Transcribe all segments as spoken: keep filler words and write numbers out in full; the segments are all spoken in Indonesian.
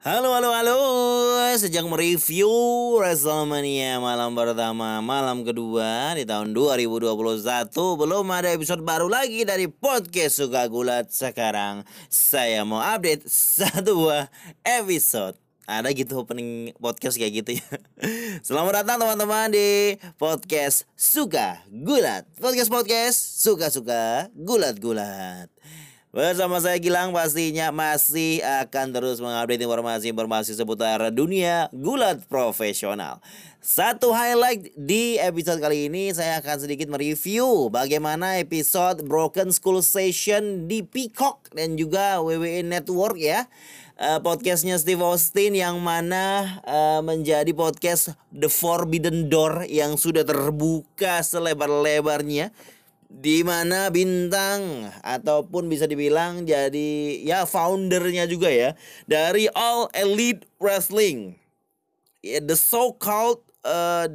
Halo, halo, halo. Sejak mereview WrestleMania malam pertama, malam kedua di tahun dua ribu dua puluh satu, belum ada episode baru lagi dari podcast Suka Gulat. Sekarang saya mau update satu buah episode. Ada gitu opening podcast kayak gitu ya. Selamat datang teman-teman di podcast Suka Gulat. Podcast-podcast suka-suka gulat-gulat. Bersama saya Gilang pastinya masih akan terus mengupdate informasi-informasi seputar dunia gulat profesional. Satu highlight di episode kali ini saya akan sedikit mereview bagaimana episode Broken Skull Session di Peacock dan juga W W E Network ya. Uh, podcastnya Steve Austin yang mana uh, menjadi podcast The Forbidden Door yang sudah terbuka selebar-lebarnya, di mana bintang ataupun bisa dibilang jadi ya foundernya juga ya dari All Elite Wrestling, ya, the so-called uh,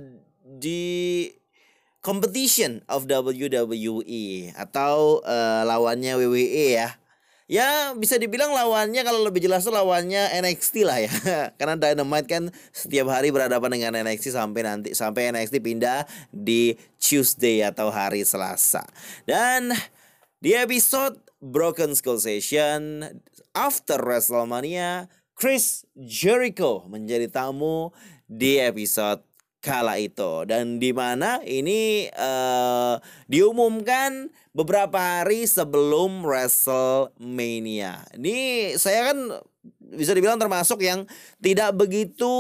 the competition of W W E atau uh, lawannya W W E ya. Ya bisa dibilang lawannya, kalau lebih jelas tuh lawannya N X T lah ya. Karena Dynamite kan setiap hari berhadapan dengan N X T sampai nanti sampai N X T pindah di Tuesday atau hari Selasa. Dan di episode Broken Skull Session after WrestleMania, Chris Jericho menjadi tamu di episode kala itu, dan di mana ini uh, diumumkan beberapa hari sebelum WrestleMania. Ini saya kan bisa dibilang termasuk yang tidak begitu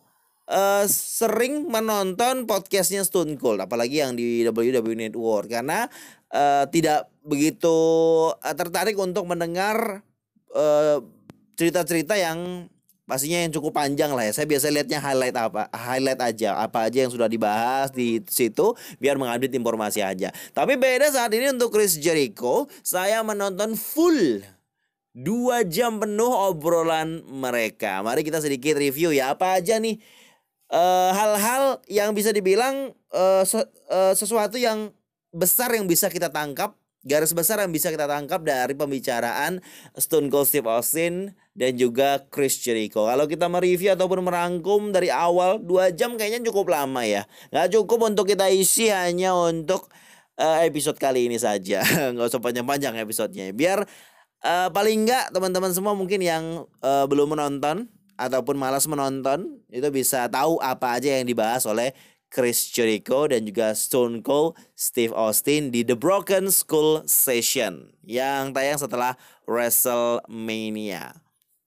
uh, sering menonton podcastnya Stone Cold, apalagi yang di W W E Network, karena uh, tidak begitu uh, tertarik untuk mendengar uh, cerita-cerita yang pastinya yang cukup panjang lah ya. Saya biasa lihatnya highlight apa, highlight aja, apa aja yang sudah dibahas di situ biar mengupdate informasi aja. Tapi beda saat ini untuk Chris Jericho, saya menonton full dua jam penuh obrolan mereka. Mari kita sedikit review ya, apa aja nih uh, hal-hal yang bisa dibilang uh, se- uh, sesuatu yang besar yang bisa kita tangkap, garis besar yang bisa kita tangkap dari pembicaraan Stone Cold Steve Austin dan juga Chris Jericho. Kalau kita mereview ataupun merangkum dari awal, dua jam kayaknya cukup lama ya. Gak cukup untuk kita isi hanya untuk uh, episode kali ini saja. Gak usah panjang-panjang episodenya. Biar uh, paling nggak teman-teman semua mungkin yang uh, belum menonton ataupun malas menonton, itu bisa tahu apa aja yang dibahas oleh Chris Jericho dan juga Stone Cold Steve Austin di The Broken Skull Session yang tayang setelah WrestleMania.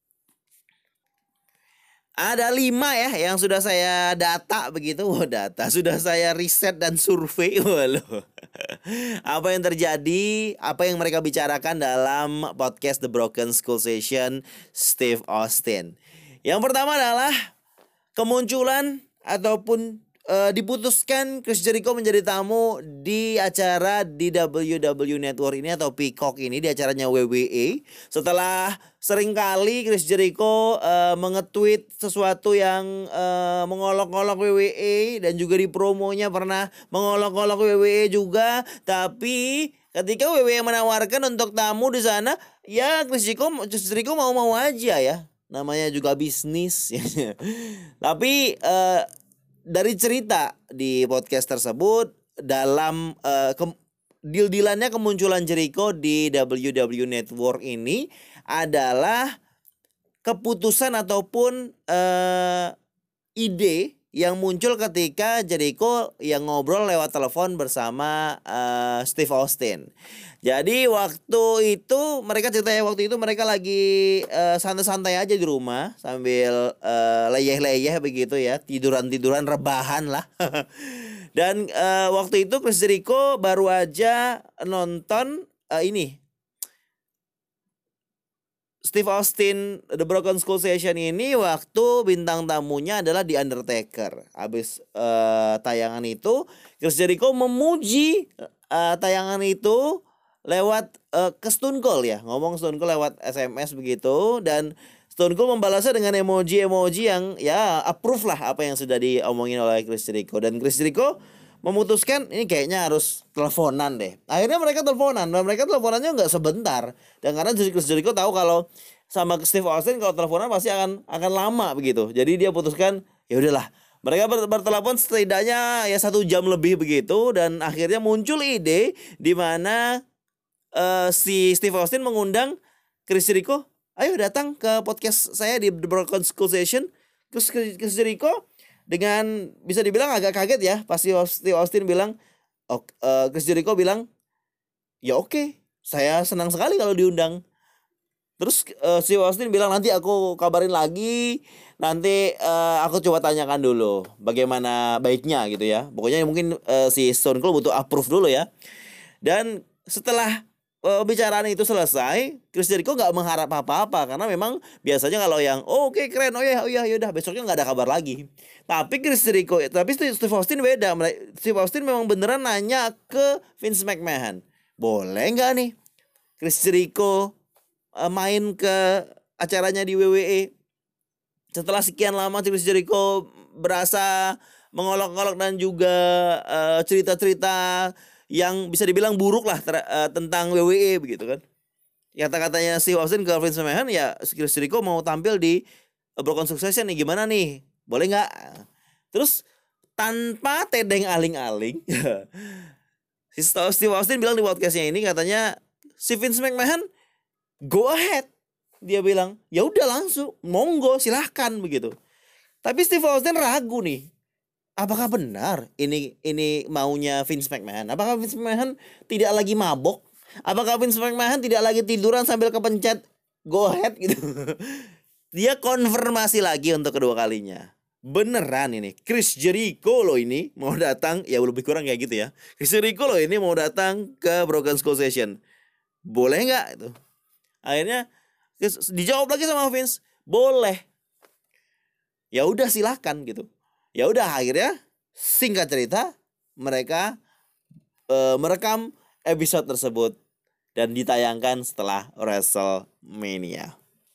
Ada lima ya yang sudah saya data begitu. Wah, data sudah saya riset dan survei. Waduh. Apa yang terjadi, apa yang mereka bicarakan dalam podcast The Broken Skull Session Steve Austin. Yang pertama adalah kemunculan ataupun Uh, diputuskan Chris Jericho menjadi tamu di acara di W W E Network ini atau Peacock ini, di acaranya W W E, setelah seringkali Chris Jericho uh, mengetweet sesuatu yang uh, mengolok-olok W W E dan juga di promonya pernah mengolok-olok W W E juga. Tapi ketika W W E menawarkan untuk tamu di sana, ya Chris Jericho, Chris Jericho mau-mau aja ya. Namanya juga bisnis. Tapi uh, dari cerita di podcast tersebut, dalam uh, ke- deal-dealannya kemunculan Jericho di W W E Network ini adalah keputusan ataupun uh, ide yang muncul ketika Jericho yang ngobrol lewat telepon bersama uh, Steve Austin. Jadi waktu itu mereka ceritanya waktu itu mereka lagi uh, santai-santai aja di rumah sambil uh, leyeh-leyeh begitu ya, tiduran-tiduran rebahan lah. Dan uh, waktu itu Chris Jericho baru aja nonton uh, ini Steve Austin The Broken Skull Session ini, waktu bintang tamunya adalah The Undertaker. Habis uh, tayangan itu Chris Jericho memuji uh, tayangan itu lewat uh, ke Stone Cold ya, ngomong Stone Cold lewat S M S begitu, dan Stone Cold membalasnya dengan emoji-emoji yang ya approve lah apa yang sudah diomongin oleh Chris Jericho. Dan Chris Jericho memutuskan ini kayaknya harus teleponan deh. Akhirnya mereka teleponan, dan mereka teleponannya nggak sebentar. Dan karena Chris Jericho tahu kalau sama Steve Austin kalau teleponan pasti akan akan lama begitu. Jadi dia putuskan ya udahlah. Mereka ber bertelepon setidaknya ya satu jam lebih begitu, dan akhirnya muncul ide di mana uh, si Steve Austin mengundang Chris Jericho, ayo datang ke podcast saya di The Broken Skull Session. Terus Chris Jericho dengan bisa dibilang agak kaget ya, pasti Steve Austin bilang, oh, uh, Chris Jericho bilang, ya oke, okay, saya senang sekali kalau diundang. Terus uh, Steve Austin bilang nanti aku kabarin lagi, nanti uh, aku coba tanyakan dulu bagaimana baiknya gitu ya. Pokoknya mungkin uh, si Stone Cold butuh approve dulu ya. Dan setelah pembicaraan itu selesai, Chris Jericho nggak mengharap apa-apa karena memang biasanya kalau yang oh, oke okay, keren, oh ya, oh ya, yaudah besoknya nggak ada kabar lagi. Tapi Chris Jericho, tapi Steve Austin beda. Steve Austin memang beneran nanya ke Vince McMahon, boleh nggak nih Chris Jericho uh, main ke acaranya di W W E? Setelah sekian lama Chris Jericho berasa mengolok-olok dan juga uh, cerita-cerita yang bisa dibilang buruk lah ter, uh, tentang W W E begitu kan. Kata-katanya Steve Austin ke Vince McMahon, ya Chris Jericho mau tampil di uh, Broken Succession nih, gimana nih? Boleh nggak? Terus tanpa tedeng aling-aling si Steve Austin bilang di podcastnya ini, katanya si Vince McMahon go ahead. Dia bilang, ya udah langsung, monggo silahkan begitu. Tapi Steve Austin ragu nih. Apakah benar ini ini maunya Vince McMahon? Apakah Vince McMahon tidak lagi mabok? Apakah Vince McMahon tidak lagi tiduran sambil kepencet go ahead gitu? Dia konfirmasi lagi untuk kedua kalinya. Beneran ini Chris Jericho loh ini mau datang, ya lebih kurang kayak gitu ya. Chris Jericho loh ini mau datang ke Broken Skull Session. Boleh nggak itu? Akhirnya dijawab lagi sama Vince, boleh. Ya udah silahkan gitu. Ya udah akhirnya singkat cerita mereka e, merekam episode tersebut dan ditayangkan setelah WrestleMania.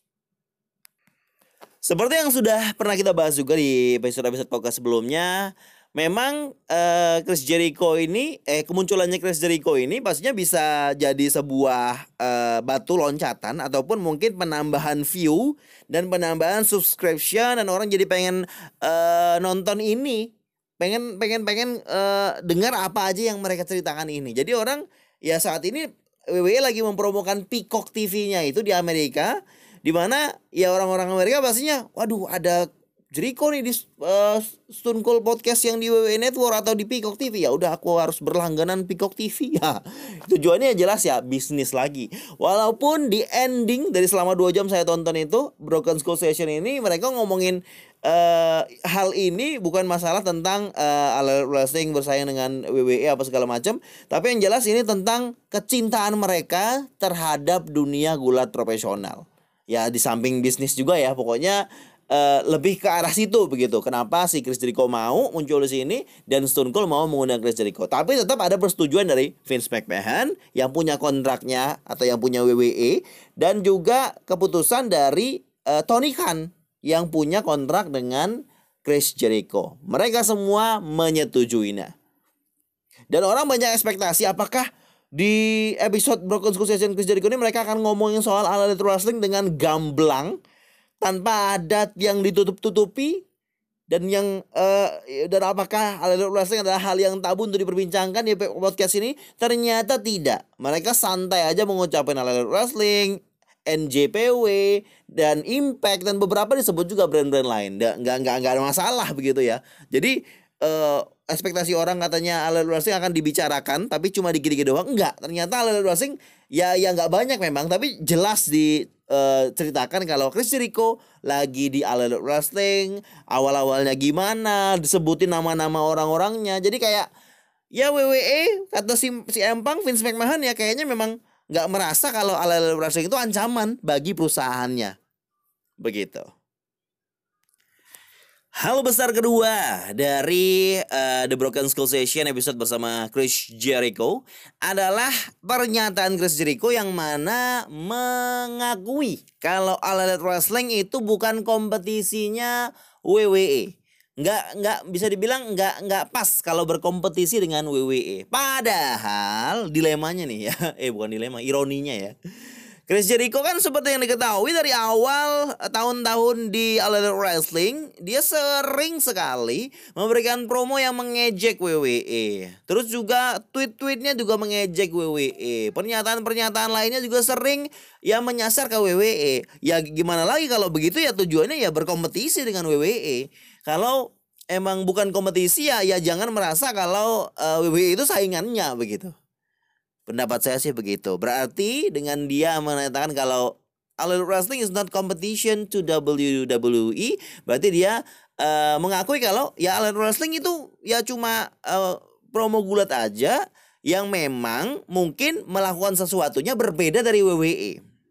Seperti yang sudah pernah kita bahas juga di episode-episode podcast sebelumnya, memang eh, Chris Jericho ini eh kemunculannya Chris Jericho ini pastinya bisa jadi sebuah eh, batu loncatan ataupun mungkin penambahan view dan penambahan subscription, dan orang jadi pengen eh, nonton ini, pengen pengen pengen eh, dengar apa aja yang mereka ceritakan ini. Jadi orang ya saat ini W W E lagi mempromokan Peacock T V-nya itu di Amerika, di mana ya orang-orang Amerika pastinya, waduh ada Jericho nih di uh, Stone Cold Podcast yang di W W E Network atau di Peacock T V. Ya udah aku harus berlangganan Peacock T V ya. Tujuannya jelas ya, bisnis lagi. Walaupun di ending dari selama dua jam saya tonton itu Broken Skull Session ini, mereka ngomongin uh, hal ini bukan masalah tentang uh, All Elite Wrestling bersaing dengan W W E apa segala macam, tapi yang jelas ini tentang kecintaan mereka terhadap dunia gulat profesional. Ya di samping bisnis juga ya, pokoknya Uh, lebih ke arah situ begitu. Kenapa si Chris Jericho mau muncul di sini dan Stone Cold mau mengundang Chris Jericho? Tapi tetap ada persetujuan dari Vince McMahon yang punya kontraknya atau yang punya W W E, dan juga keputusan dari uh, Tony Khan yang punya kontrak dengan Chris Jericho. Mereka semua menyetujuinya. Dan orang banyak ekspektasi apakah di episode Broken Skull Session Chris Jericho ini mereka akan ngomongin soal All Elite Wrestling dengan gamblang, tanpa adat yang ditutup-tutupi, dan yang uh, dan apakah All Elite Wrestling adalah hal yang tabu untuk diperbincangkan di podcast ini? Ternyata tidak. Mereka santai aja mengucapkan All Elite Wrestling, N J P W, dan Impact, dan beberapa disebut juga brand-brand lain. Nggak nggak nggak nggak ada masalah begitu ya. Jadi uh, ekspektasi orang katanya All Elite Wrestling akan dibicarakan tapi cuma dikit-dikit doang. Enggak, ternyata All Elite Wrestling ya ya nggak banyak memang, tapi jelas di Uh, ceritakan kalau Chris Jericho lagi di All Elite Wrestling, awal-awalnya gimana, disebutin nama-nama orang-orangnya. Jadi kayak ya W W E kata si, si Empang, Vince McMahon ya kayaknya memang nggak merasa kalau All Elite Wrestling itu ancaman bagi perusahaannya. Begitu. Halo besar kedua dari uh, The Broken Skull Session episode bersama Chris Jericho adalah pernyataan Chris Jericho yang mana mengakui kalau All Elite Wrestling itu bukan kompetisinya W W E. nggak nggak bisa dibilang nggak nggak pas kalau berkompetisi dengan W W E. Padahal dilemanya nih ya, eh bukan dilema, ironinya ya. Chris Jericho kan seperti yang diketahui dari awal eh, tahun-tahun di All Elite Wrestling, dia sering sekali memberikan promo yang mengejek W W E. Terus juga tweet-tweetnya juga mengejek W W E. Pernyataan-pernyataan lainnya juga sering yang menyasar ke W W E. Ya gimana lagi kalau begitu, ya tujuannya ya berkompetisi dengan W W E. Kalau emang bukan kompetisi ya ya jangan merasa kalau uh, W W E itu saingannya begitu. Pendapat saya sih begitu. Berarti dengan dia mengatakan kalau All Elite Wrestling is not competition to W W E, berarti dia uh, mengakui kalau ya All Elite Wrestling itu ya cuma uh, promo gulat aja yang memang mungkin melakukan sesuatunya berbeda dari W W E.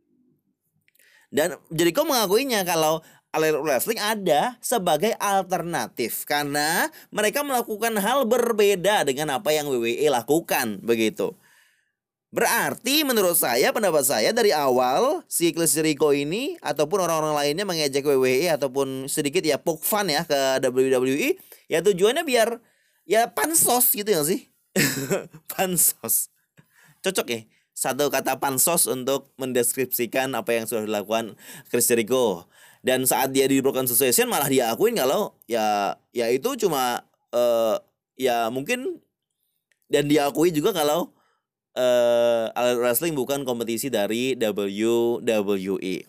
Dan Jericho mengakuinya kalau All Elite Wrestling ada sebagai alternatif karena mereka melakukan hal berbeda dengan apa yang W W E lakukan begitu. Berarti menurut saya, pendapat saya dari awal si Chris Jericho ini ataupun orang-orang lainnya mengejek W W E ataupun sedikit ya poke fun ya ke W W E, ya tujuannya biar ya pansos gitu ya sih. Pansos. Cocok ya satu kata pansos untuk mendeskripsikan apa yang sudah dilakukan Chris Jericho. Dan saat dia di Broken Association malah dia akuin kalau ya ya itu cuma uh, ya mungkin, dan dia akui juga kalau Uh, All Elite Wrestling bukan kompetisi dari W W E.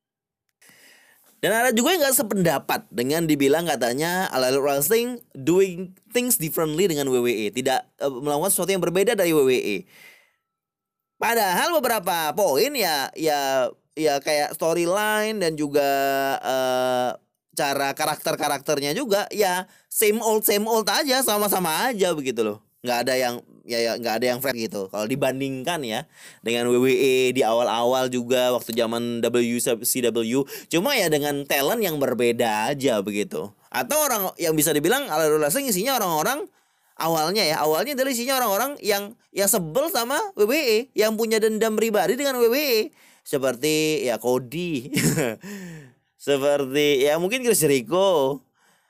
Dan ada juga yang gak sependapat dengan dibilang katanya All Elite Wrestling doing things differently dengan W W E, tidak uh, melakukan sesuatu yang berbeda dari W W E. Padahal beberapa poin ya ya ya kayak storyline dan juga uh, cara karakter-karakternya juga ya same old same old aja, sama-sama aja begitu loh. Nggak ada yang ya ya nggak ada yang fresh gitu kalau dibandingkan ya dengan W W E di awal-awal juga waktu zaman W C W, cuma ya dengan talent yang berbeda aja begitu. Atau orang yang bisa dibilang All Elite Wrestling isinya orang-orang awalnya ya awalnya dari isinya orang-orang yang yang sebel sama W W E, yang punya dendam pribadi dengan W W E, seperti ya Cody seperti ya mungkin Chris Jericho,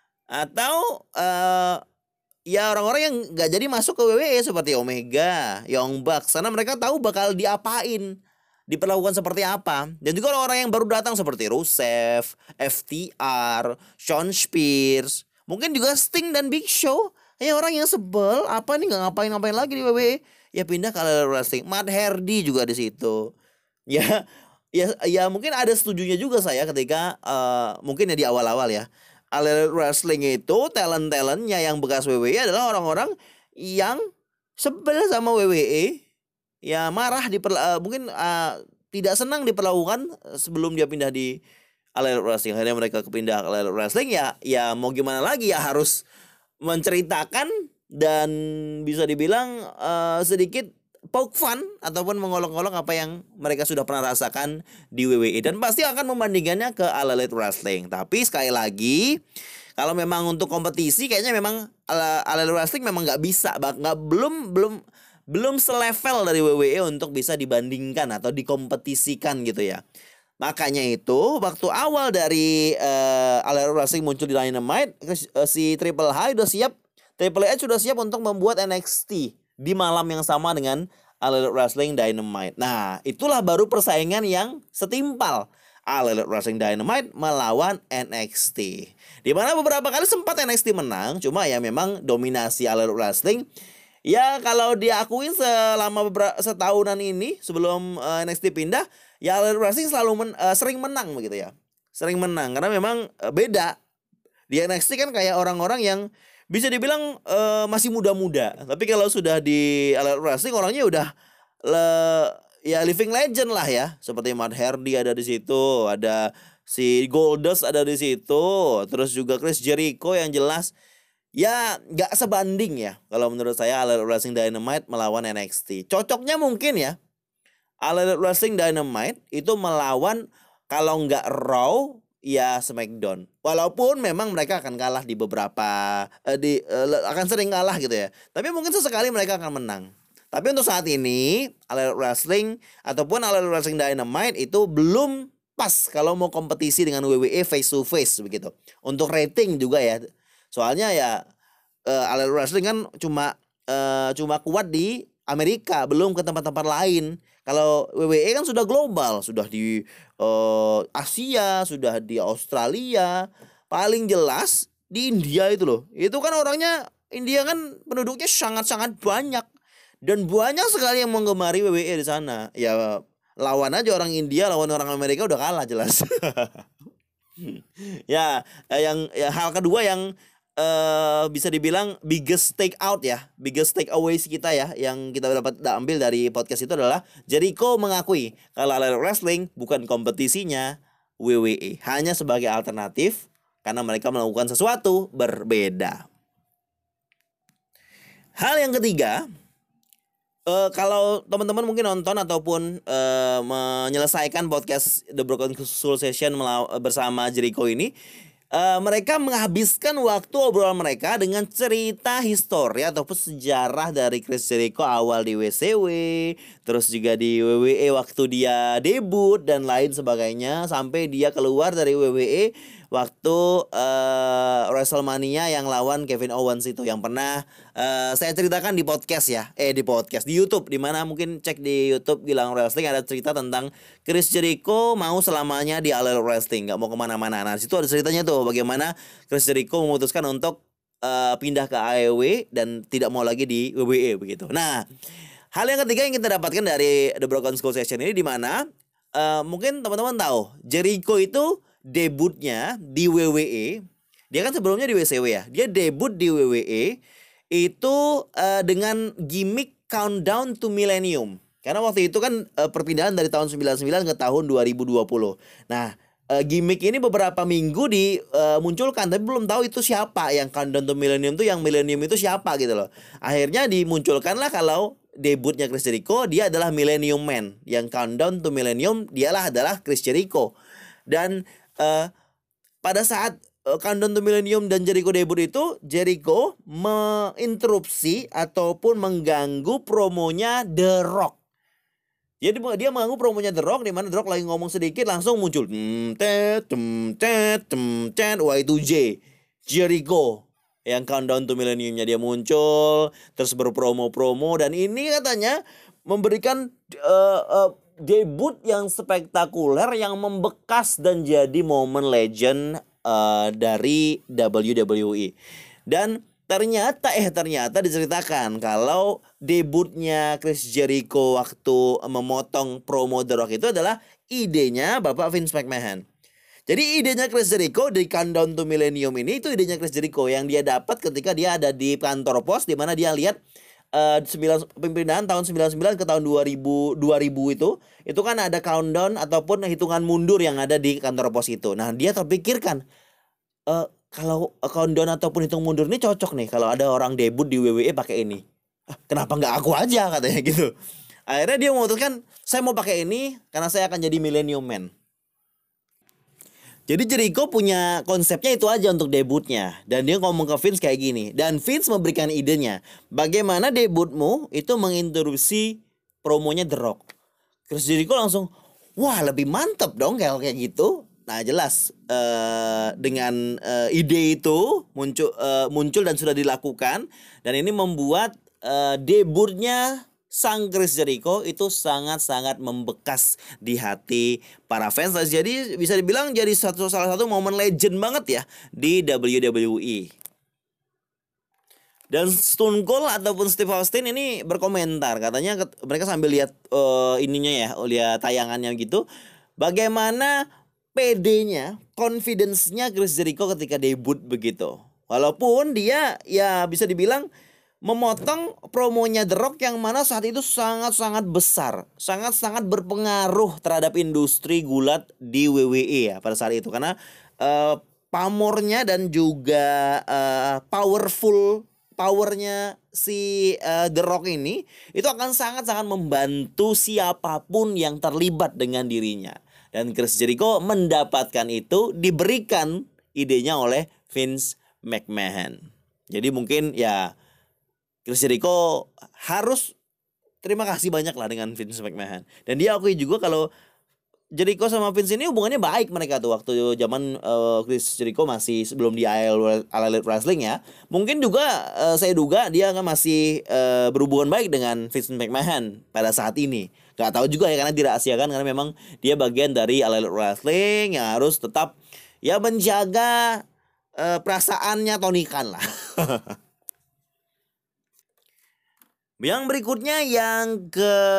atau uh, ya orang-orang yang gak jadi masuk ke W W E seperti Omega, Young Bucks, karena mereka tahu bakal diapain, diperlakukan seperti apa. Dan juga orang-orang yang baru datang seperti Rusev, F T R, Shawn Spears, mungkin juga Sting dan Big Show. Ya orang yang sebel, apa nih gak ngapain-ngapain lagi di W W E, ya pindah ke All Elite Wrestling. Matt Hardy juga di situ. Ya, ya, ya mungkin ada setujunya juga saya ketika uh, mungkin ya di awal-awal ya. All Elite Wrestling itu talent-talentnya yang bekas W W E adalah orang-orang yang sebel sama W W E, ya marah diperla- uh, mungkin uh, tidak senang diperlakukan sebelum dia pindah di All Elite Wrestling. Akhirnya mereka kepindah ke All Elite Wrestling, ya ya mau gimana lagi ya harus menceritakan dan bisa dibilang uh, sedikit poke fun ataupun mengolok-olok apa yang mereka sudah pernah rasakan di W W E, dan pasti akan membandingkannya ke All Elite Wrestling. Tapi sekali lagi, kalau memang untuk kompetisi kayaknya memang All Elite Wrestling memang nggak bisa, nggak belum belum belum selevel dari W W E untuk bisa dibandingkan atau dikompetisikan gitu ya. Makanya itu waktu awal dari uh, All Elite Wrestling muncul di Dynamite, uh, si Triple H udah siap, Triple H sudah siap untuk membuat N X T di malam yang sama dengan All Elite Wrestling Dynamite. Nah, itulah baru persaingan yang setimpal. All Elite Wrestling Dynamite melawan N X T. Di mana beberapa kali sempat N X T menang, cuma ya memang dominasi All Elite Wrestling. Ya kalau diakuin selama beberapa setahunan ini sebelum uh, N X T pindah, ya All Elite Wrestling selalu men, uh, sering menang begitu ya. Sering menang karena memang uh, beda. Di N X T kan kayak orang-orang yang bisa dibilang uh, masih muda-muda, tapi kalau sudah di All Elite Wrestling orangnya udah le, ya living legend lah ya, seperti Matt Hardy ada di situ, ada si Goldust ada di situ, terus juga Chris Jericho yang jelas ya nggak sebanding ya kalau menurut saya All Elite Wrestling Dynamite melawan N X T. Cocoknya mungkin ya All Elite Wrestling Dynamite itu melawan kalau nggak Raw ya SmackDown. Walaupun memang mereka akan kalah di beberapa eh, di eh, akan sering kalah gitu ya. Tapi mungkin sesekali mereka akan menang. Tapi untuk saat ini All Elite Wrestling ataupun All Elite Wrestling Dynamite itu belum pas kalau mau kompetisi dengan W W E face to face begitu. Untuk rating juga ya. Soalnya ya uh, All Elite Wrestling kan cuma uh, cuma kuat di Amerika, belum ke tempat-tempat lain. Kalau W W E kan sudah global, sudah di uh, Asia, sudah di Australia, paling jelas di India itu loh. Itu kan orangnya, India kan penduduknya sangat-sangat banyak dan banyak sekali yang menggemari W W E di sana. Ya lawan aja orang India, lawan orang Amerika udah kalah jelas. Ya, yang ya, hal kedua yang uh, bisa dibilang biggest take out ya, biggest take aways kita ya, yang kita dapat ambil dari podcast itu adalah Jericho mengakui kalau All Elite Wrestling bukan kompetisinya W W E, hanya sebagai alternatif karena mereka melakukan sesuatu berbeda. Hal yang ketiga, Uh, kalau teman-teman mungkin nonton ataupun uh, menyelesaikan podcast The Broken Soul Session melaw- bersama Jericho ini, uh, mereka menghabiskan waktu obrolan mereka dengan cerita histori ataupun sejarah dari Chris Jericho awal di W C W, terus juga di W W E waktu dia debut dan lain sebagainya, sampai dia keluar dari W W E waktu uh, WrestleMania yang lawan Kevin Owens itu, yang pernah uh, saya ceritakan di podcast ya, eh di podcast di YouTube, di mana mungkin cek di YouTube Gilang Wrestling, ada cerita tentang Chris Jericho mau selamanya di All Elite Wrestling, nggak mau kemana-mana. Nah situ ada ceritanya tuh bagaimana Chris Jericho memutuskan untuk uh, pindah ke A E W dan tidak mau lagi di W W E begitu. Nah hal yang ketiga yang kita dapatkan dari The Broken Skull Session ini, di mana uh, mungkin teman-teman tahu Jericho itu debutnya di W W E. Dia kan sebelumnya di W C W ya. Dia debut di W W E itu uh, dengan gimmick Countdown to Millennium. Karena waktu itu kan uh, perpindahan dari tahun sembilan puluh sembilan ke tahun dua ribu dua puluh. Nah, uh, gimmick ini beberapa minggu dimunculkan, uh, tapi belum tahu itu siapa yang Countdown to Millennium itu, yang Millennium itu siapa gitu loh. Akhirnya dimunculkanlah kalau debutnya Chris Jericho, dia adalah Millennium Man. Yang Countdown to Millennium dialah adalah Chris Jericho. Dan Uh, pada saat uh, Countdown to Millennium dan Jericho debut itu, Jericho menginterupsi ataupun mengganggu promonya The Rock. Jadi dia mengganggu promonya The Rock, di mana The Rock lagi ngomong sedikit langsung muncul hmm, tet, tem, tet, tem, tet, Y two J Jericho yang Countdown to Millennium-nya dia muncul, terus berpromo-promo, dan ini katanya memberikan uh, uh, debut yang spektakuler yang membekas dan jadi momen legend uh, dari W W E. Dan ternyata eh ternyata diceritakan kalau debutnya Chris Jericho waktu memotong promo The Rock itu adalah idenya Bapak Vince McMahon. Jadi idenya Chris Jericho di Countdown to Millennium ini, itu idenya Chris Jericho yang dia dapat ketika dia ada di kantor pos, di mana dia lihat Uh, sembilan, perpindahan tahun sembilan puluh sembilan ke tahun dua ribu, dua ribu itu itu kan ada countdown ataupun hitungan mundur yang ada di kantor pos itu. Nah dia terpikirkan, uh, kalau countdown ataupun hitung mundur ini cocok nih kalau ada orang debut di W W E pakai ini. Ah, kenapa nggak aku aja, katanya gitu. Akhirnya dia memutuskan, saya mau pakai ini karena saya akan jadi Millennium Man. Jadi Jericho punya konsepnya itu aja untuk debutnya. Dan dia ngomong ke Vince kayak gini. Dan Vince memberikan idenya, bagaimana debutmu itu menginterupsi promonya The Rock. Chris Jericho langsung, wah lebih mantep dong kalau kayak gitu. Nah jelas uh, dengan uh, ide itu muncul uh, muncul dan sudah dilakukan. Dan ini membuat uh, debutnya sang Chris Jericho itu sangat-sangat membekas di hati para fans. Jadi bisa dibilang jadi satu salah satu momen legend banget ya di W W E. Dan Stone Cold ataupun Steve Austin ini berkomentar, katanya mereka sambil lihat uh, ininya ya, lihat tayangannya gitu, bagaimana pedenya, confidence-nya Chris Jericho ketika debut begitu. Walaupun dia ya bisa dibilang memotong promonya The Rock yang mana saat itu sangat-sangat besar, sangat-sangat berpengaruh terhadap industri gulat di W W E ya pada saat itu, karena uh, pamornya dan juga uh, powerful powernya si uh, The Rock ini itu akan sangat-sangat membantu siapapun yang terlibat dengan dirinya. Dan Chris Jericho mendapatkan itu, diberikan idenya oleh Vince McMahon. Jadi mungkin ya Chris Jericho harus terima kasih banyak lah dengan Vince McMahon. Dan dia akui juga kalau Jericho sama Vince ini hubungannya baik mereka tuh waktu zaman uh, Chris Jericho masih sebelum di All Elite Wrestling ya. Mungkin juga uh, saya duga dia akan masih uh, berhubungan baik dengan Vince McMahon pada saat ini. Gak tahu juga ya karena dirahasiakan karena memang dia bagian dari All Elite Wrestling yang harus tetap ya menjaga uh, perasaannya Tony Khan lah. Yang berikutnya yang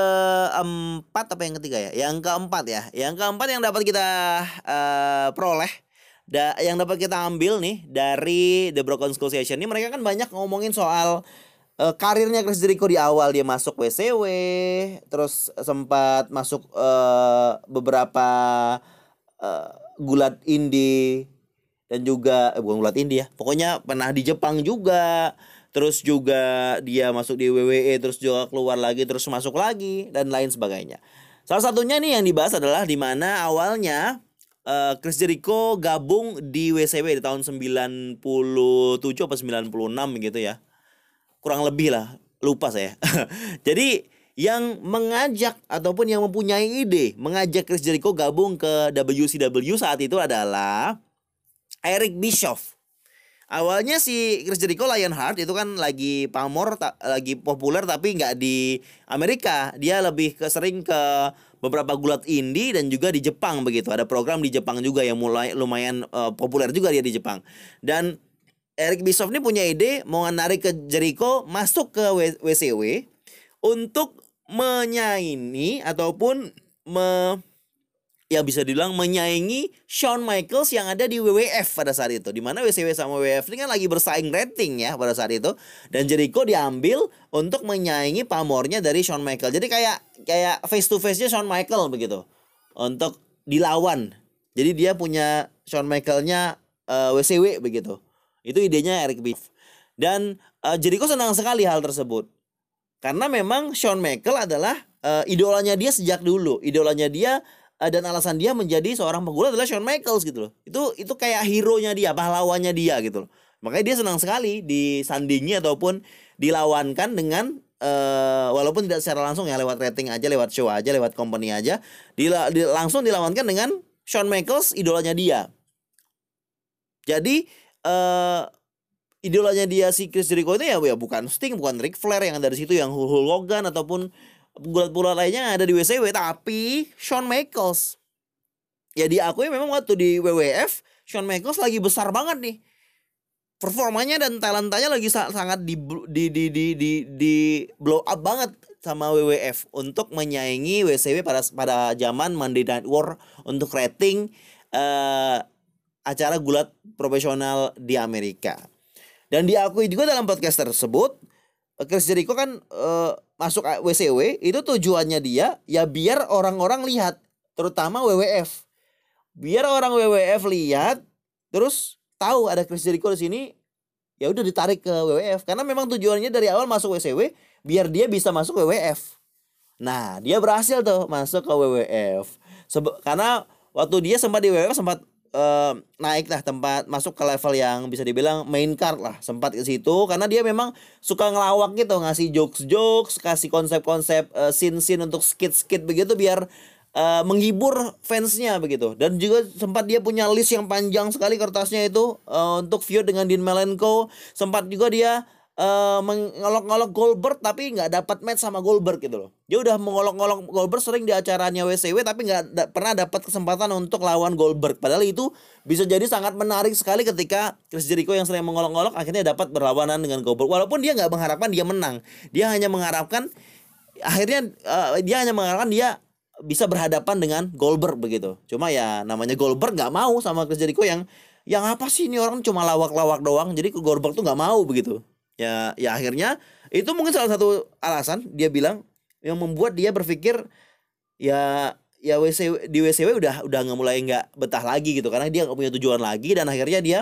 keempat apa yang ketiga ya? Yang keempat ya. Yang keempat yang dapat kita uh, peroleh, da yang dapat kita ambil nih dari The Broken Skull Session ini, mereka kan banyak ngomongin soal uh, karirnya Chris Jericho di awal. Dia masuk W C W, terus sempat masuk uh, beberapa uh, gulat indie dan juga eh, bukan gulat indie ya. Pokoknya pernah di Jepang juga. Terus juga dia masuk di W W E, terus juga keluar lagi, terus masuk lagi, dan lain sebagainya. Salah satunya nih yang dibahas adalah di mana awalnya uh, Chris Jericho gabung di W C W di tahun sembilan puluh tujuh atau sembilan puluh enam gitu ya. Kurang lebih lah, lupa saya. Jadi yang mengajak ataupun yang mempunyai ide mengajak Chris Jericho gabung ke W C W saat itu adalah Eric Bischoff. Awalnya si Chris Jericho Lionheart itu kan lagi pamor, ta- lagi populer tapi nggak di Amerika. Dia lebih ke sering ke beberapa gulat indie dan juga di Jepang begitu. Ada program di Jepang juga yang mulai lumayan uh, populer juga dia di Jepang. Dan Eric Bischoff ini punya ide mau narik ke Jericho masuk ke W C W untuk menyaingi ataupun me ya bisa dibilang menyaingi Shawn Michaels yang ada di W W F pada saat itu. Dimana W C W sama W W F ini kan lagi bersaing rating ya pada saat itu. Dan Jericho diambil untuk menyaingi pamornya dari Shawn Michaels. Jadi kayak kayak face to face-nya Shawn Michaels begitu. Untuk dilawan. Jadi dia punya Shawn Michaels-nya uh, W C W begitu. Itu idenya Eric Bischoff. Dan uh, Jericho senang sekali hal tersebut. Karena memang Shawn Michaels adalah uh, idolanya dia sejak dulu. Idolanya dia dan alasan dia menjadi seorang pegulat adalah Shawn Michaels gitu loh. Itu itu kayak hero-nya dia, pahlawannya dia gitu loh. Makanya dia senang sekali disandingi ataupun dilawankan dengan uh, walaupun tidak secara langsung ya, lewat rating aja, lewat show aja, lewat company aja, dila, di, langsung dilawankan dengan Shawn Michaels, idolanya dia. Jadi uh, idolanya dia si Chris Jericho itu ya, ya bukan Sting, bukan Ric Flair yang ada di situ, yang Hulk Hogan ataupun pegulat-pegulat lainnya yang ada di W C W, tapi Shawn Michaels. Ya diakui memang waktu di W W F Shawn Michaels lagi besar banget nih. Performanya dan talentanya lagi sangat di di di di di, di blow up banget sama W W F untuk menyaingi W C W pada pada zaman Monday Night War untuk rating uh, acara gulat profesional di Amerika. Dan diakui juga dalam podcast tersebut Chris Jericho kan uh, masuk W C W itu tujuannya dia ya biar orang-orang lihat, terutama W W F. Biar orang W W F lihat terus tahu ada Chris Jericho di sini, ya udah ditarik ke W W F karena memang tujuannya dari awal masuk W C W biar dia bisa masuk W W F. Nah, dia berhasil tuh masuk ke W W F. Sebe- karena waktu dia sempat di W W F sempat Uh, naik lah, tempat masuk ke level yang bisa dibilang main card lah, sempat ke situ karena dia memang suka ngelawak gitu, ngasih jokes-jokes, kasih konsep-konsep uh, scene-scene untuk skit-skit begitu biar uh, menghibur fansnya begitu. Dan juga sempat dia punya list yang panjang sekali kertasnya itu uh, untuk feud dengan Dean Malenko. Sempat juga dia Uh, mengolok-olok Goldberg tapi nggak dapat match sama Goldberg gitu loh. Dia udah mengolok-olok Goldberg sering di acaranya W C W tapi nggak da- pernah dapat kesempatan untuk lawan Goldberg. Padahal itu bisa jadi sangat menarik sekali ketika Chris Jericho yang sering mengolok-olok akhirnya dapat berlawanan dengan Goldberg. Walaupun dia nggak mengharapkan dia menang, dia hanya mengharapkan akhirnya uh, dia hanya mengharapkan dia bisa berhadapan dengan Goldberg begitu. Cuma ya namanya Goldberg nggak mau sama Chris Jericho yang yang apa sih ini orang cuma lawak-lawak doang. Jadi Goldberg tuh nggak mau begitu. Ya, ya akhirnya itu mungkin salah satu alasan dia bilang yang membuat dia berpikir ya ya W C W, di W C W udah udah nggak mulai nggak betah lagi gitu karena dia nggak punya tujuan lagi dan akhirnya dia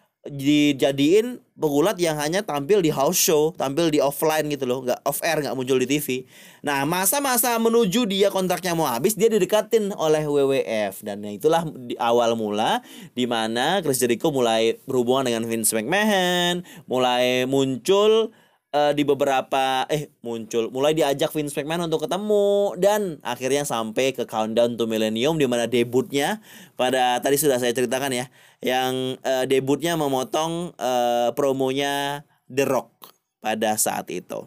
dijadiin pegulat yang hanya tampil di house show, tampil di offline gitu loh, nggak off air, nggak muncul di T V. Nah masa-masa menuju dia kontraknya mau habis, dia didekatin oleh W W F dan itulah di awal mula di mana Chris Jericho mulai berhubungan dengan Vince McMahon, mulai muncul eh, di beberapa eh muncul mulai diajak Vince McMahon untuk ketemu dan akhirnya sampai ke Countdown to Millennium di mana debutnya pada tadi sudah saya ceritakan ya, yang eh, debutnya memotong eh, promonya The Rock pada saat itu.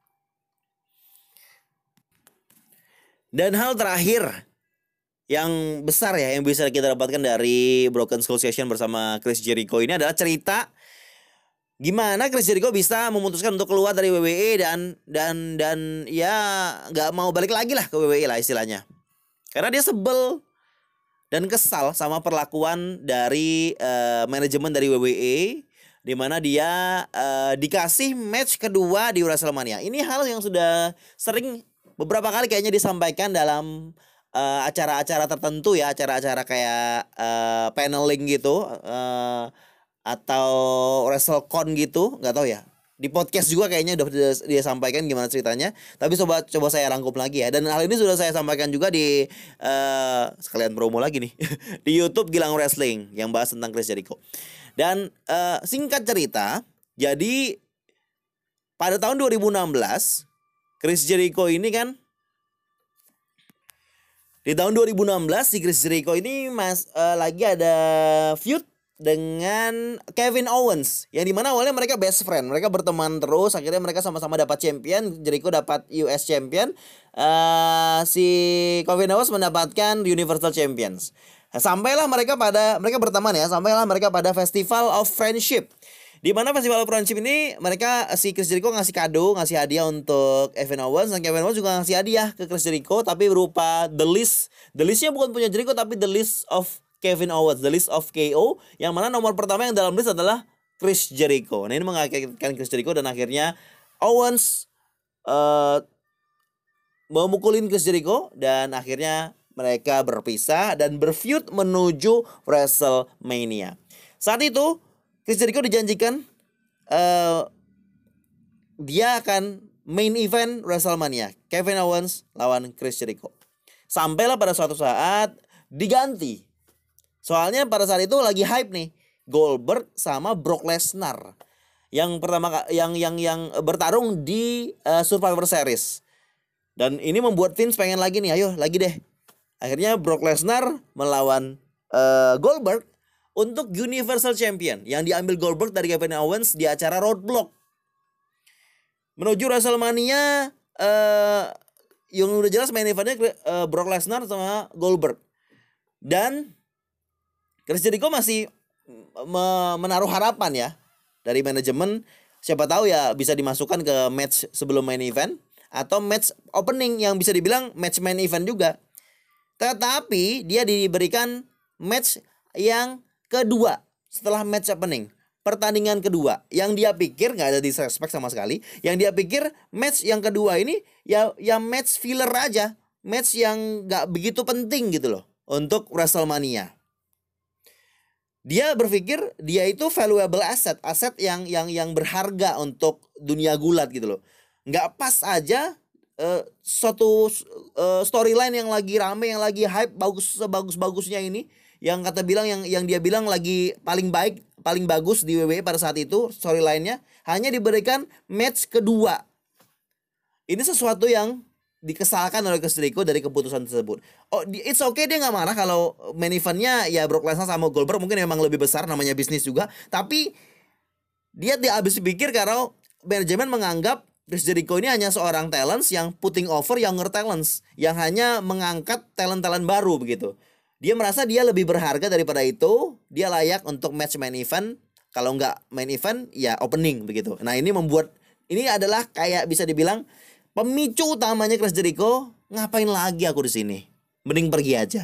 Dan hal terakhir yang besar ya yang bisa kita dapatkan dari Broken Skull Session bersama Chris Jericho ini adalah cerita gimana Chris Jericho bisa memutuskan untuk keluar dari W W E dan dan dan ya nggak mau balik lagi lah ke W W E lah istilahnya, karena dia sebel dan kesal sama perlakuan dari uh, manajemen dari W W E, di mana dia uh, dikasih match kedua di WrestleMania. Ini hal yang sudah sering beberapa kali kayaknya disampaikan dalam uh, acara-acara tertentu ya, acara-acara kayak uh, paneling gitu uh, atau WrestleCon gitu, nggak tahu ya. Di podcast juga kayaknya udah dia sampaikan gimana ceritanya. Tapi coba coba saya rangkum lagi ya. Dan hal ini sudah saya sampaikan juga di uh, sekalian promo lagi nih di YouTube Gilang Wrestling yang bahas tentang Chris Jericho. Dan uh, singkat cerita, jadi pada tahun dua ribu enam belas Chris Jericho ini kan di tahun dua ribu enam belas si Chris Jericho ini mas uh, lagi ada feud dengan Kevin Owens, yang dimana awalnya mereka best friend, mereka berteman terus, akhirnya mereka sama-sama dapat champion. Jericho dapat U S champion, uh, si Kevin Owens mendapatkan Universal Champions. Sampailah mereka pada mereka berteman ya, sampailah mereka pada Festival of Friendship. Di mana Festival of Friendship ini mereka si Chris Jericho ngasih kado, ngasih hadiah untuk Kevin Owens, dan Kevin Owens juga ngasih hadiah ke Chris Jericho tapi berupa the list. The listnya bukan punya Jericho tapi the list of Kevin Owens, the list of K O, yang mana nomor pertama yang dalam list adalah Chris Jericho. Nah, ini mengagetkan Chris Jericho dan akhirnya Owens uh, memukulin Chris Jericho dan akhirnya mereka berpisah dan berfeud menuju WrestleMania. Saat itu Chris Jericho dijanjikan uh, dia akan main event WrestleMania, Kevin Owens lawan Chris Jericho. Sampailah pada suatu saat diganti. Soalnya pada saat itu lagi hype nih Goldberg sama Brock Lesnar yang pertama yang yang yang bertarung di uh, Survivor Series. Dan ini membuat Vince pengen lagi nih, ayo lagi deh. Akhirnya Brock Lesnar melawan uh, Goldberg untuk Universal Champion yang diambil Goldberg dari Kevin Owens di acara Roadblock. Menuju WrestleMania, uh, yang udah jelas main eventnya uh, Brock Lesnar sama Goldberg. Dan Chris Jericho masih me- menaruh harapan ya dari manajemen, siapa tahu ya bisa dimasukkan ke match sebelum main event atau match opening yang bisa dibilang match main event juga. Tetapi dia diberikan match yang kedua setelah match opening, pertandingan kedua yang dia pikir nggak ada disrespect sama sekali. Yang dia pikir match yang kedua ini ya ya match filler aja, match yang nggak begitu penting gitu loh untuk WrestleMania. Dia berpikir dia itu valuable asset, aset yang yang yang berharga untuk dunia gulat gitu loh. Nggak pas aja uh, suatu uh, storyline yang lagi rame, yang lagi hype, bagus sebagus-bagusnya ini, yang kata bilang yang yang dia bilang lagi paling baik, paling bagus di W W E pada saat itu storyline-nya, hanya diberikan match kedua. Ini sesuatu yang dikesalkan oleh Chris Jericho dari keputusan tersebut. Oh, it's okay, dia nggak marah kalau main eventnya ya Brock Lesnar sama Goldberg, mungkin memang lebih besar, namanya bisnis juga. Tapi dia dia habis pikir kalau manajemen menganggap Chris Jericho ini hanya seorang talents yang putting over younger talents, yang hanya mengangkat talent-talent baru begitu. Dia merasa dia lebih berharga daripada itu, dia layak untuk match main event. Kalau nggak main event ya opening begitu. Nah, ini membuat ini adalah kayak bisa dibilang pemicu utamanya Chris Jericho, ngapain lagi aku di sini? Mending pergi aja.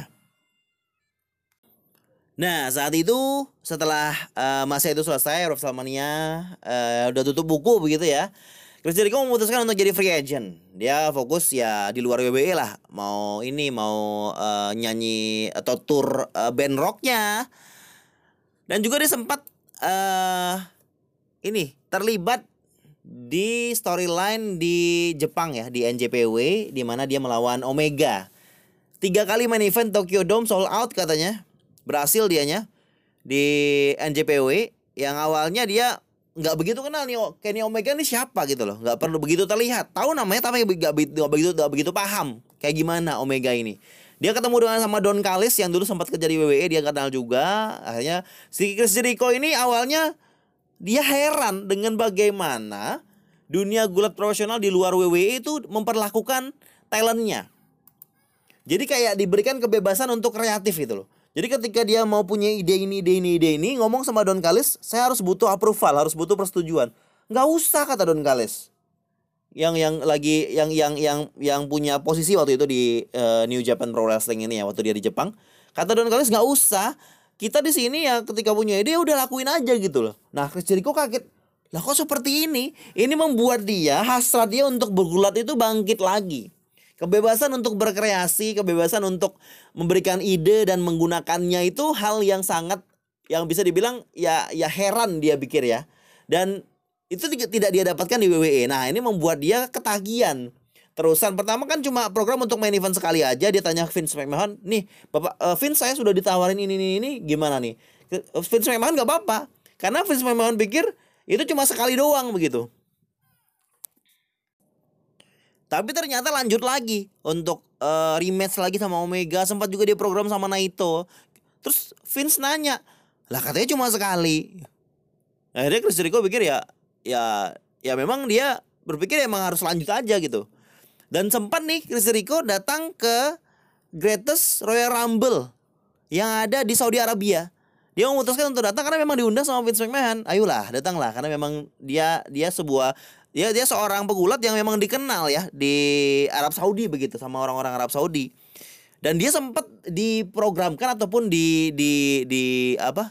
Nah, saat itu setelah uh, masa itu selesai, WrestleMania uh, udah tutup buku begitu ya. Chris Jericho memutuskan untuk jadi free agent. Dia fokus ya di luar W W E lah. Mau ini mau uh, nyanyi atau tour uh, band rocknya. Dan juga dia sempat uh, ini terlibat di storyline di Jepang ya, di N J P W, di mana dia melawan Omega. Tiga kali main event Tokyo Dome sold out katanya. Berhasil dianya di N J P W, yang awalnya dia nggak begitu kenal nih Kenny Omega nih siapa gitu loh, nggak perlu begitu terlihat, tahu namanya tapi nggak begitu nggak begitu nggak begitu paham kayak gimana Omega ini. Dia ketemu dengan sama Don Callis yang dulu sempat kerja di W W E, dia kenal juga. Akhirnya si Chris Jericho ini awalnya dia heran dengan bagaimana dunia gulat profesional di luar W W E itu memperlakukan talentnya. Jadi kayak diberikan kebebasan untuk kreatif gitu loh. Jadi ketika dia mau punya ide ini, ide ini, ide ini, ngomong sama Don Callis, saya harus butuh approval, harus butuh persetujuan. Nggak usah, kata Don Callis. Yang yang lagi yang yang yang yang punya posisi waktu itu di uh, New Japan Pro Wrestling ini ya, waktu dia di Jepang. Kata Don Callis, nggak usah. Kita di sini ya ketika punya ide udah lakuin aja gitu loh. Nah, Chris Jericho kaget. Lah kok seperti ini? Ini membuat dia, hasrat dia untuk bergulat itu bangkit lagi. Kebebasan untuk berkreasi, kebebasan untuk memberikan ide dan menggunakannya itu hal yang sangat, yang bisa dibilang ya ya heran dia pikir ya. Dan itu tidak dia dapatkan di W W E. Nah, ini membuat dia ketagihan. Terusan pertama kan cuma program untuk main event sekali aja. Dia tanya Vince McMahon, nih Bapak uh, Vince, saya sudah ditawarin ini ini ini gimana nih? Vince McMahon gak apa-apa, karena Vince McMahon pikir itu cuma sekali doang begitu. Tapi ternyata lanjut lagi untuk uh, rematch lagi sama Omega. Sempat juga dia program sama Naito. Terus Vince nanya, lah katanya cuma sekali. Akhirnya Chris Jericho pikir ya ya ya memang dia berpikir emang harus lanjut aja gitu. Dan sempat nih Chris Jericho datang ke Greatest Royal Rumble yang ada di Saudi Arabia. Dia memutuskan untuk datang karena memang diundang sama Vince McMahon. Ayolah, datanglah, karena memang dia dia sebuah dia dia seorang pegulat yang memang dikenal ya di Arab Saudi begitu, sama orang-orang Arab Saudi. Dan dia sempat diprogramkan ataupun di di di apa?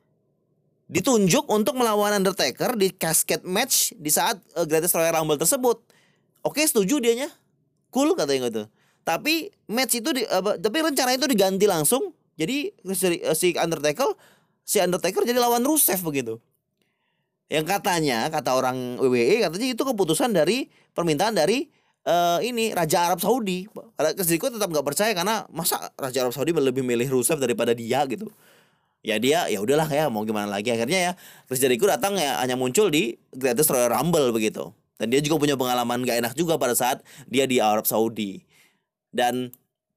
ditunjuk untuk melawan Undertaker di casket match di saat uh, Greatest Royal Rumble tersebut. Oke, setuju dianya. Cool katanya gitu. Tapi match itu di, uh, tapi rencana itu diganti langsung. Jadi si Undertaker si Undertaker jadi lawan Rusev begitu. Yang katanya, kata orang W W E, katanya itu keputusan dari permintaan dari uh, ini Raja Arab Saudi. Chris Jericho tetap nggak percaya karena masa Raja Arab Saudi lebih milih Rusev daripada dia gitu. Ya dia ya udahlah ya, mau gimana lagi. Akhirnya ya Chris Jericho datang ya hanya muncul di Greatest Royal Rumble begitu. Dan dia juga punya pengalaman gak enak juga pada saat dia di Arab Saudi. Dan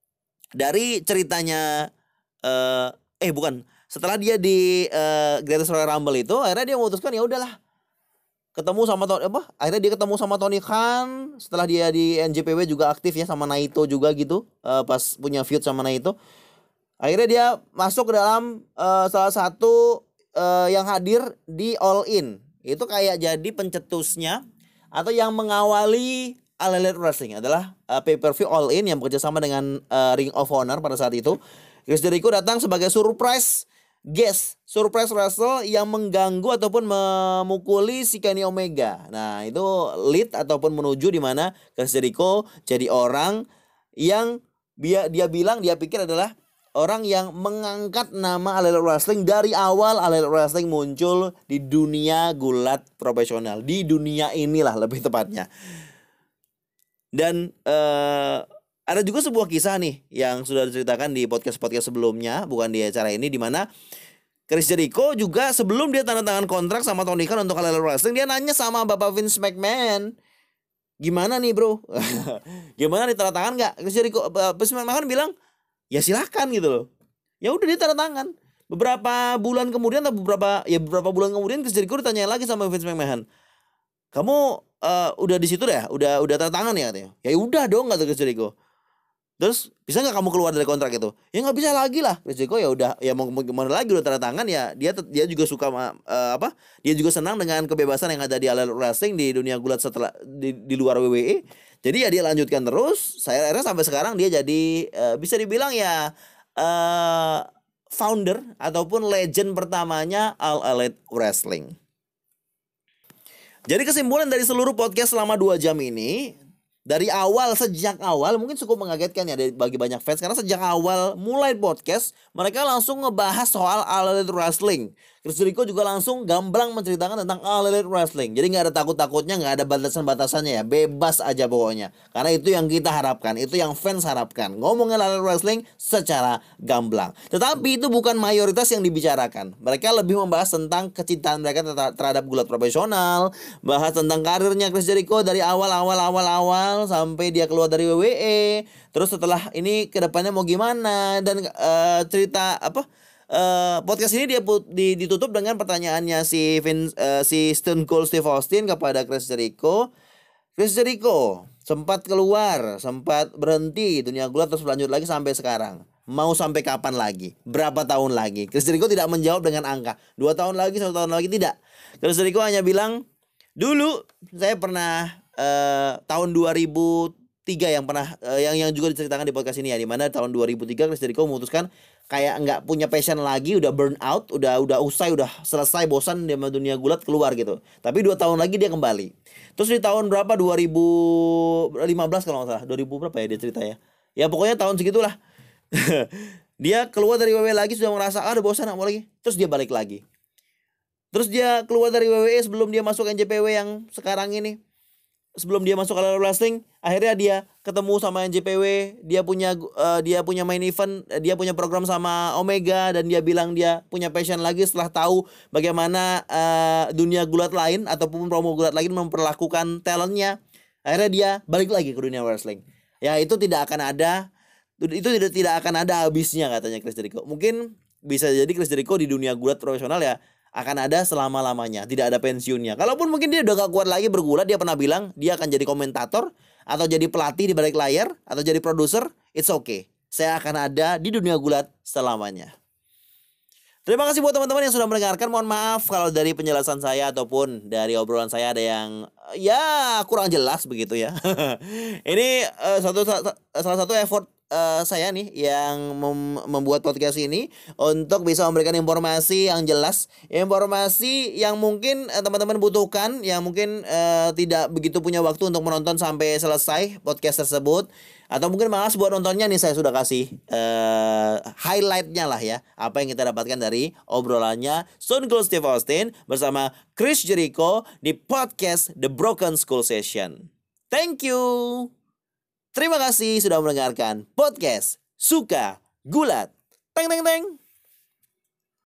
dari ceritanya uh, eh bukan setelah dia di uh, Greatest Royal Rumble itu, akhirnya dia memutuskan ya udahlah ketemu sama Tony apa? Akhirnya dia ketemu sama Tony Khan. Setelah dia di N J P W juga aktif ya sama Naito juga gitu, uh, pas punya feud sama Naito. Akhirnya dia masuk ke dalam uh, salah satu uh, yang hadir di All In. Itu kayak jadi pencetusnya atau yang mengawali All Elite Wrestling adalah uh, pay-per-view All In yang bekerja sama dengan uh, Ring of Honor pada saat itu. Chris Jericho datang sebagai surprise guest, surprise wrestler yang mengganggu ataupun memukuli si Kenny Omega. Nah, itu lead ataupun menuju di mana Chris Jericho jadi orang yang dia dia bilang dia pikir adalah orang yang mengangkat nama All Elite Wrestling dari awal All Elite Wrestling muncul di dunia gulat profesional, di dunia inilah lebih tepatnya. Dan uh, ada juga sebuah kisah nih yang sudah diceritakan di podcast-podcast sebelumnya, bukan di acara ini, di mana Chris Jericho juga sebelum dia tanda tangan kontrak sama Tony Khan untuk All Elite Wrestling, dia nanya sama Bapak Vince McMahon, gimana nih bro? Gimana nih, tanda tangan nggak? Chris Jericho, Vince McMahon bilang, ya silakan gitu loh. Ya udah dia tanda tangan. Beberapa bulan kemudian atau beberapa ya beberapa bulan kemudian Chris Jericho ditanya lagi sama Vince McMahon, kamu uh, udah di situ deh, udah udah tanda tangan ya katanya. Ya udah dong kata Chris Jericho. Terus bisa nggak kamu keluar dari kontrak itu? Ya nggak bisa lagi lah. Chris Jericho ya udah, ya mau gimana lagi, udah tanda tangan ya. Dia dia juga suka uh, apa? Dia juga senang dengan kebebasan yang ada di All Elite Wrestling di dunia gulat setelah di, di luar W W E. Jadi ya dia lanjutkan terus. Saya akhirnya sampai sekarang dia jadi uh, bisa dibilang ya uh, founder ataupun legend pertamanya All Elite Wrestling. Jadi kesimpulan dari seluruh podcast selama dua jam ini, dari awal, sejak awal mungkin cukup mengagetkan ya bagi banyak fans, karena sejak awal mulai podcast mereka langsung ngebahas soal All Elite Wrestling. Chris Jericho juga langsung gamblang menceritakan tentang All Elite Wrestling. Jadi nggak ada takut-takutnya, nggak ada batasan-batasannya ya, bebas aja pokoknya. Karena itu yang kita harapkan, itu yang fans harapkan. Ngomongin All Elite Wrestling secara gamblang. Tetapi itu bukan mayoritas yang dibicarakan. Mereka lebih membahas tentang kecintaan mereka terhadap gulat profesional, bahas tentang karirnya Chris Jericho dari awal-awal-awal-awal sampai dia keluar dari W W E. Terus setelah ini kedepannya mau gimana, dan uh, cerita apa? Uh, podcast ini dia di, ditutup dengan pertanyaannya si Vince, uh, si Stone Cold Steve Austin kepada Chris Jericho. Chris Jericho sempat keluar, sempat berhenti dunia gulat, terus berlanjut lagi sampai sekarang. Mau sampai kapan lagi? Berapa tahun lagi? Chris Jericho tidak menjawab dengan angka. Dua tahun lagi, satu tahun lagi, tidak. Chris Jericho hanya bilang, dulu saya pernah uh, tahun dua ribu tiga yang pernah uh, yang yang juga diceritakan di podcast ini ya, di mana tahun dua ribu tiga Chris Jericho memutuskan kayak nggak punya passion lagi, udah burn out, udah udah usai, udah selesai, bosan di dunia gulat, keluar gitu. Tapi dua tahun lagi dia kembali. Terus di tahun berapa, dua ribu lima belas kalau nggak salah, dua ribu berapa ya dia cerita ya. Ya pokoknya tahun segitulah. Dia keluar dari W W E lagi, sudah merasa ah udah bosan, nggak mau lagi. Terus dia balik lagi. Terus dia keluar dari W W E sebelum dia masuk N J P W yang sekarang ini. Sebelum dia masuk ke wrestling, akhirnya dia ketemu sama N J P W, dia punya uh, dia punya main event, dia punya program sama Omega, dan dia bilang dia punya passion lagi setelah tahu bagaimana uh, dunia gulat lain ataupun promo gulat lain memperlakukan talentnya. Akhirnya dia balik lagi ke dunia wrestling. Ya itu tidak akan ada itu tidak tidak akan ada habisnya katanya Chris Jericho. Mungkin bisa jadi Chris Jericho di dunia gulat profesional ya akan ada selama-lamanya, tidak ada pensiunnya. Kalaupun mungkin dia udah gak kuat lagi bergulat, dia pernah bilang dia akan jadi komentator atau jadi pelatih di balik layar atau jadi produser, it's okay. Saya akan ada di dunia gulat selamanya. Terima kasih buat teman-teman yang sudah mendengarkan. Mohon maaf kalau dari penjelasan saya ataupun dari obrolan saya ada yang ya kurang jelas begitu ya. Ini uh, satu salah satu effort Uh, saya nih yang mem- membuat podcast ini untuk bisa memberikan informasi yang jelas, informasi yang mungkin uh, teman-teman butuhkan, yang mungkin uh, tidak begitu punya waktu untuk menonton sampai selesai podcast tersebut, atau mungkin malas buat nontonnya nih, saya sudah kasih uh, highlightnya lah ya, apa yang kita dapatkan dari obrolannya Stone Cold Steve Austin bersama Chris Jericho di podcast The Broken Skull Session. Thank you. Terima kasih sudah mendengarkan podcast Suka Gulat. Teng teng teng.